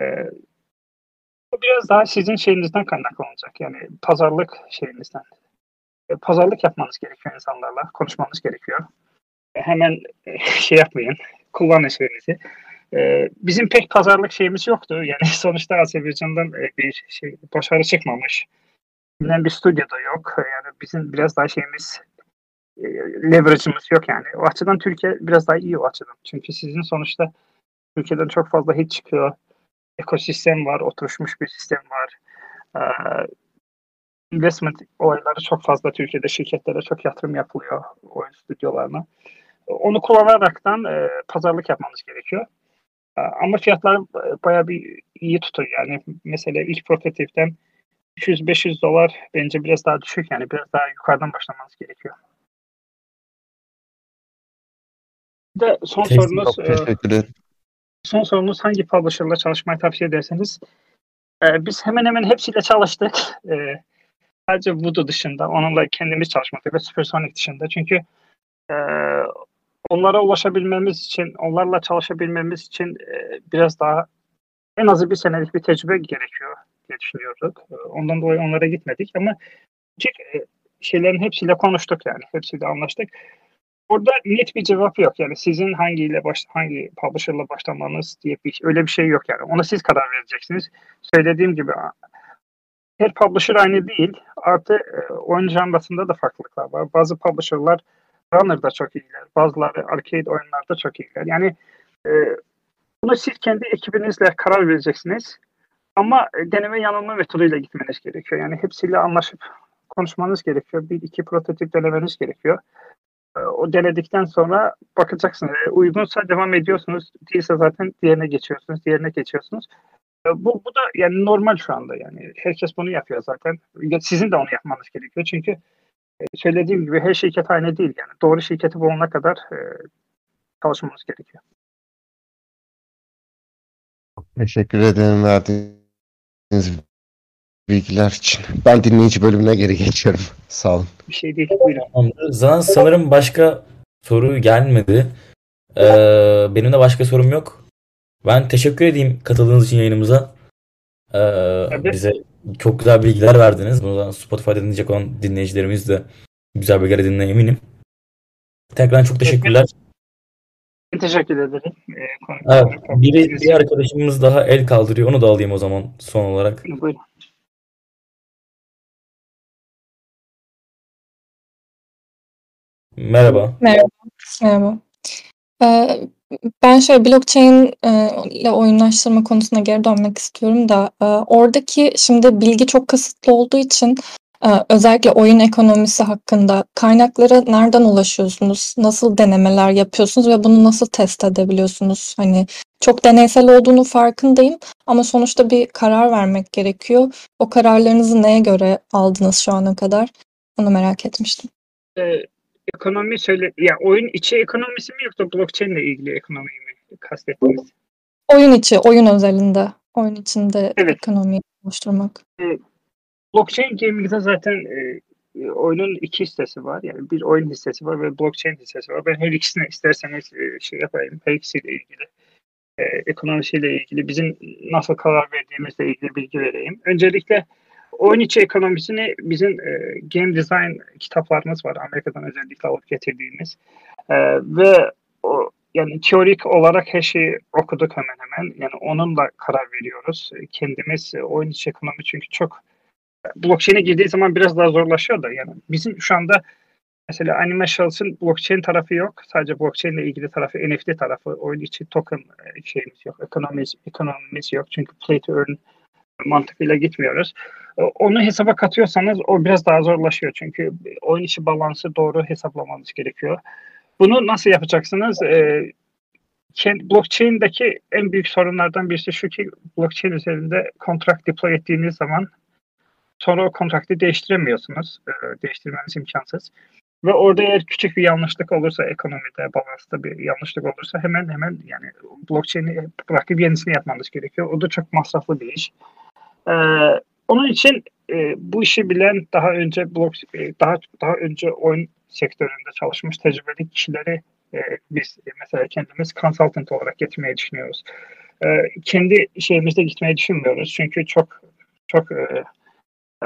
Bu biraz daha sizin şeyinizden kaynaklanacak. Yani pazarlık şeyinizden. E, pazarlık yapmanız gerekiyor insanlarla. Konuşmanız gerekiyor. E, hemen e, şey yapmayın. Kullanın şeyinizi. E, bizim pek pazarlık şeyimiz yoktu. Yani sonuçta Azerbaycan'dan e, bir şey başarı çıkmamış. Bilinen bir stüdyo da yok. Yani bizim biraz daha şeyimiz e, leverage'ımız yok yani. O açıdan Türkiye biraz daha iyi o açıdan. Çünkü sizin sonuçta Türkiye'den çok fazla hit çıkıyor. Ekosistem var, oturmuş bir sistem var. Ee, investment olayları çok fazla Türkiye'de, şirketlere çok yatırım yapılıyor oyun stüdyolarına. Onu kullanaraktan e, pazarlık yapmanız gerekiyor. E, ama fiyatlar bayağı bir iyi tutuyor yani. Mesela ilk prototipten üç yüz beş yüz dolar bence biraz daha düşük, yani biraz daha yukarıdan başlamanız gerekiyor. Bir de son
Tek-
sorunuz
Çok
e,
teşekkür ederim.
son sorunuz hangi publisher'la çalışmayı tavsiye ederseniz. E, biz hemen hemen hepsiyle çalıştık. E, sadece Voodoo dışında, onunla kendimiz çalışmadık ve Supersonic dışında. Çünkü e, onlara ulaşabilmemiz için, onlarla çalışabilmemiz için e, biraz daha en azı bir senelik bir tecrübe gerekiyor diye düşünüyorduk. E, ondan dolayı onlara gitmedik ama küçük e, şeylerin hepsiyle konuştuk yani. Hepsiyle anlaştık. Burada net bir cevap yok. Yani sizin hangiyle baş, hangi publisher'la başlamanız diye bir öyle bir şey yok yani. Ona siz karar vereceksiniz. Söylediğim gibi her publisher aynı değil. Artı e, oyun janrasında da farklılıklar var. Bazı publisher'lar runner'da çok iyiler. Bazıları arcade oyunlarda çok iyiler. Yani e, bunu siz kendi ekibinizle karar vereceksiniz. Ama e, deneme yanılma metoduyla gitmeniz gerekiyor. Yani hepsiyle anlaşıp konuşmanız gerekiyor. Bir iki prototip denemeniz gerekiyor. E, o denedikten sonra bakacaksınız. E, uygunsa devam ediyorsunuz. Değilse zaten diğerine geçiyorsunuz. Diğerine geçiyorsunuz. Bu, bu da yani normal şu anda yani. Herkes bunu yapıyor zaten. Sizin de onu yapmanız gerekiyor. Çünkü e, söylediğim gibi her şirket aynı değil yani. Doğru şirketi bulana kadar e, çalışmamız gerekiyor.
Teşekkür ederim verdiğiniz bilgiler için. Ben dinleyici bölümüne geri geçiyorum. Sağ olun.
Bir şey değil. Buyurun.
Tamamdır. Zaten sanırım başka soru gelmedi. Ee, benim de başka sorum yok. Ben teşekkür edeyim katıldığınız için yayınımıza. Ee,
Tabii.
bize çok güzel bilgiler verdiniz. Bunu da Spotify'da dinleyecek olan dinleyicilerimiz de güzel bilgiler edindiğine eminim. Tekrar çok teşekkürler.
Teşekkür ederim. Ee,
Evet,
konuklarımı kabul
biri,
ettiğiniz
bir
için.
arkadaşımız daha el kaldırıyor. Onu da alayım o zaman son olarak.
Buyurun.
Merhaba.
Merhaba. Merhaba. Ee, Ben şöyle blockchain e, ile oyunlaştırma konusuna geri dönmek istiyorum da e, oradaki şimdi bilgi çok kısıtlı olduğu için e, özellikle oyun ekonomisi hakkında kaynaklara nereden ulaşıyorsunuz? Nasıl denemeler yapıyorsunuz ve bunu nasıl test edebiliyorsunuz? Hani çok deneysel olduğunu farkındayım ama sonuçta bir karar vermek gerekiyor. O kararlarınızı neye göre aldınız şu ana kadar? Onu merak etmiştim.
Ee, ekonomi söyle, ya oyun içi ekonomisi mi yoksa blockchain ile ilgili ekonomiyi mi kastettiniz?
Oyun içi, oyun özelinde, oyun içinde
Evet.
ekonomiyi oluşturmak.
E, blockchain gaming'de zaten e, e, oyunun iki hissesi var. Yani bir oyun hissesi var ve blockchain hissesi var. Ben her ikisini isterseniz e, şey yapayım. Her ikisiyle ilgili, e, ekonomisiyle ilgili, bizim nasıl karar verdiğimizle ilgili bilgi vereyim. Öncelikle oyun içi ekonomisini bizim e, game design kitaplarımız var. Amerika'dan özellikle alıp getirdiğimiz. E, ve o, yani teorik olarak her şeyi okuduk hemen hemen. Yani onunla karar veriyoruz. Kendimiz e, oyun içi ekonomi çünkü çok blockchain'e girdiği zaman biraz daha zorlaşıyor da yani bizim şu anda mesela Animations'ın blockchain tarafı yok. Sadece blockchain ile ilgili tarafı, N F T tarafı, oyun içi token e, şeyimiz yok. Ekonomimiz, ekonomimiz yok. Çünkü play to earn mantığıyla gitmiyoruz. E, Onu hesaba katıyorsanız o biraz daha zorlaşıyor. Çünkü oyun içi balansı doğru hesaplamanız gerekiyor. Bunu nasıl yapacaksınız? E, blockchain'deki en büyük sorunlardan birisi şu ki blockchain üzerinde kontrat deploy ettiğiniz zaman sonra o kontratı değiştiremiyorsunuz. E, değiştirmeniz imkansız. Ve orada eğer küçük bir yanlışlık olursa, ekonomide, balansta bir yanlışlık olursa hemen hemen yani blockchain'i bırakıp yenisini yapmanız gerekiyor. O da çok masraflı bir iş. Ee, onun için e, bu işi bilen daha önce blok, e, daha daha önce oyun sektöründe çalışmış tecrübeli kişileri e, biz e, mesela kendimiz consultant olarak getirmeyi düşünüyoruz. E, kendi şeyimizde gitmeyi düşünmüyoruz çünkü çok çok e, e,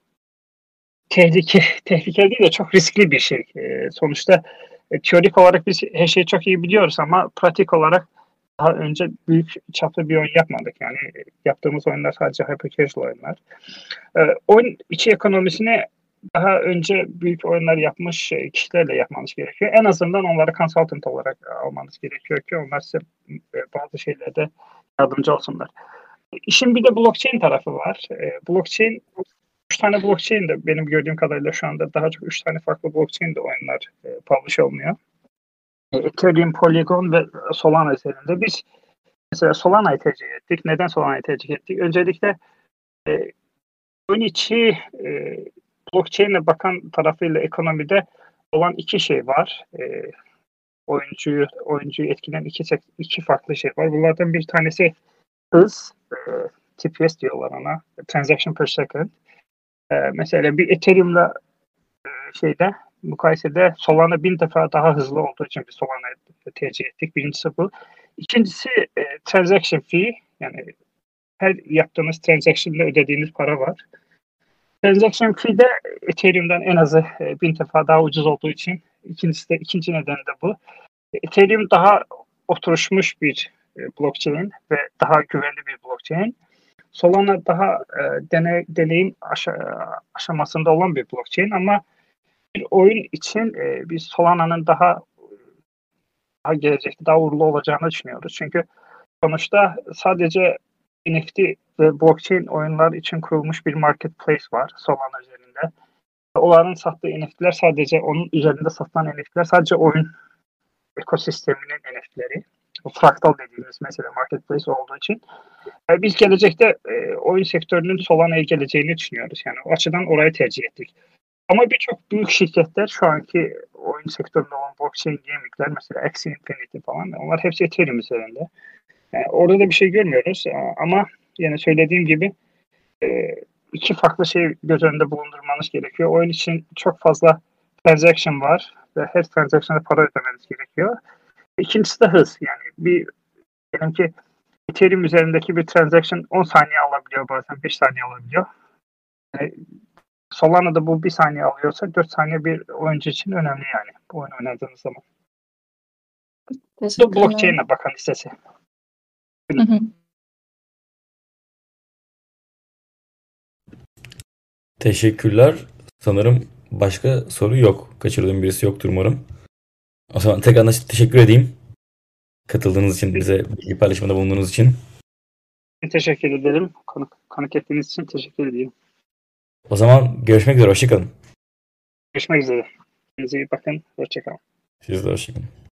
tehlike, tehlikeli değil de çok riskli bir şey. E, sonuçta e, teorik olarak biz her şeyi çok iyi biliyoruz ama pratik olarak daha önce büyük çaplı bir oyun yapmadık. Yani e, yaptığımız oyunlar sadece hyper casual oyunlar. E, oyun içi ekonomisini daha önce büyük oyunlar yapmış e, kişilerle yapmanız gerekiyor. En azından onları consultant olarak almanız gerekiyor ki onlar size e, bazı şeylerde yardımcı olsunlar. İşin bir de blockchain tarafı var. E, blockchain üç tane blockchain de benim gördüğüm kadarıyla şu anda daha çok üç tane farklı blockchain de oyunlar e, publish olmuyor. E, Ethereum, Polygon ve Solana üzerinde. Biz mesela Solana'yı tercih ettik. Neden Solana'yı tercih ettik? Öncelikle e, oyun içi e, blockchain'e bakan tarafıyla ekonomide olan iki şey var. E, oyuncuyu oyuncuyu etkileyen iki, iki farklı şey var. Bunlardan bir tanesi hız. E, T P S diyorlar ona. Transaction per second. E, mesela bir Ethereum'la e, şeyde mukayesede Solana bin defa daha hızlı olduğu için biz Solana'yı tercih ettik. Birincisi bu. İkincisi e, transaction fee. Yani her yaptığınız transaction'da ödediğiniz para var. Transaction fee de Ethereum'dan en azı e, bin defa daha ucuz olduğu için ikincisi de ikinci neden de bu. Ethereum daha oturuşmuş bir e, blockchain ve daha güvenli bir blockchain. Solana daha e, dene, deneyim aşa, aşamasında olan bir blockchain ama bir oyun için e, biz Solana'nın daha daha gelecekte daha uğurlu olacağını düşünüyoruz. Çünkü sonuçta sadece N F T ve blockchain oyunlar için kurulmuş bir marketplace var Solana üzerinde. Onların sattığı N F T'ler sadece onun üzerinde satılan N F T'ler sadece oyun ekosisteminin N F T'leri. O Fractal dediğimiz mesela marketplace olduğu için. Yani biz gelecekte e, oyun sektörünün Solana'ya geleceğini düşünüyoruz. Yani o açıdan orayı tercih ettik. Ama birçok büyük şirketler şu anki oyun sektöründe olan blockchain gaming'ler mesela Axie Infinity falan onlar hepsi Ethereum üzerinde. Yani orada da bir şey görmüyoruz ama yine söylediğim gibi e, iki farklı şey göz önünde bulundurmanız gerekiyor. Oyun için çok fazla transaction var ve her transaction'a para ödemeniz gerekiyor. İkincisi de hız. Yani bir diyelim ki Ethereum üzerindeki bir transaction on saniye alabiliyor bazen beş saniye alabiliyor. Yani Solana'da bu bir saniye alıyorsa dört saniye bir oyuncu için önemli yani bu oyunu oynadığınız zaman.
Teşekkürler.
Blockchain'e bakan hissesi.
Hı hı.
Teşekkürler. Sanırım başka soru yok. Kaçırdığım birisi yoktur umarım. O zaman tekrardan teşekkür edeyim. Katıldığınız için, bize bilgi paylaşımında bulunduğunuz için.
Teşekkür ederim. Konuk, konuk ettiğiniz için teşekkür ediyorum.
O zaman görüşmek üzere. Hoşçakalın.
Görüşmek üzere. Kendinize iyi bakın. Hoşçakalın.
Siz de hoşçakalın.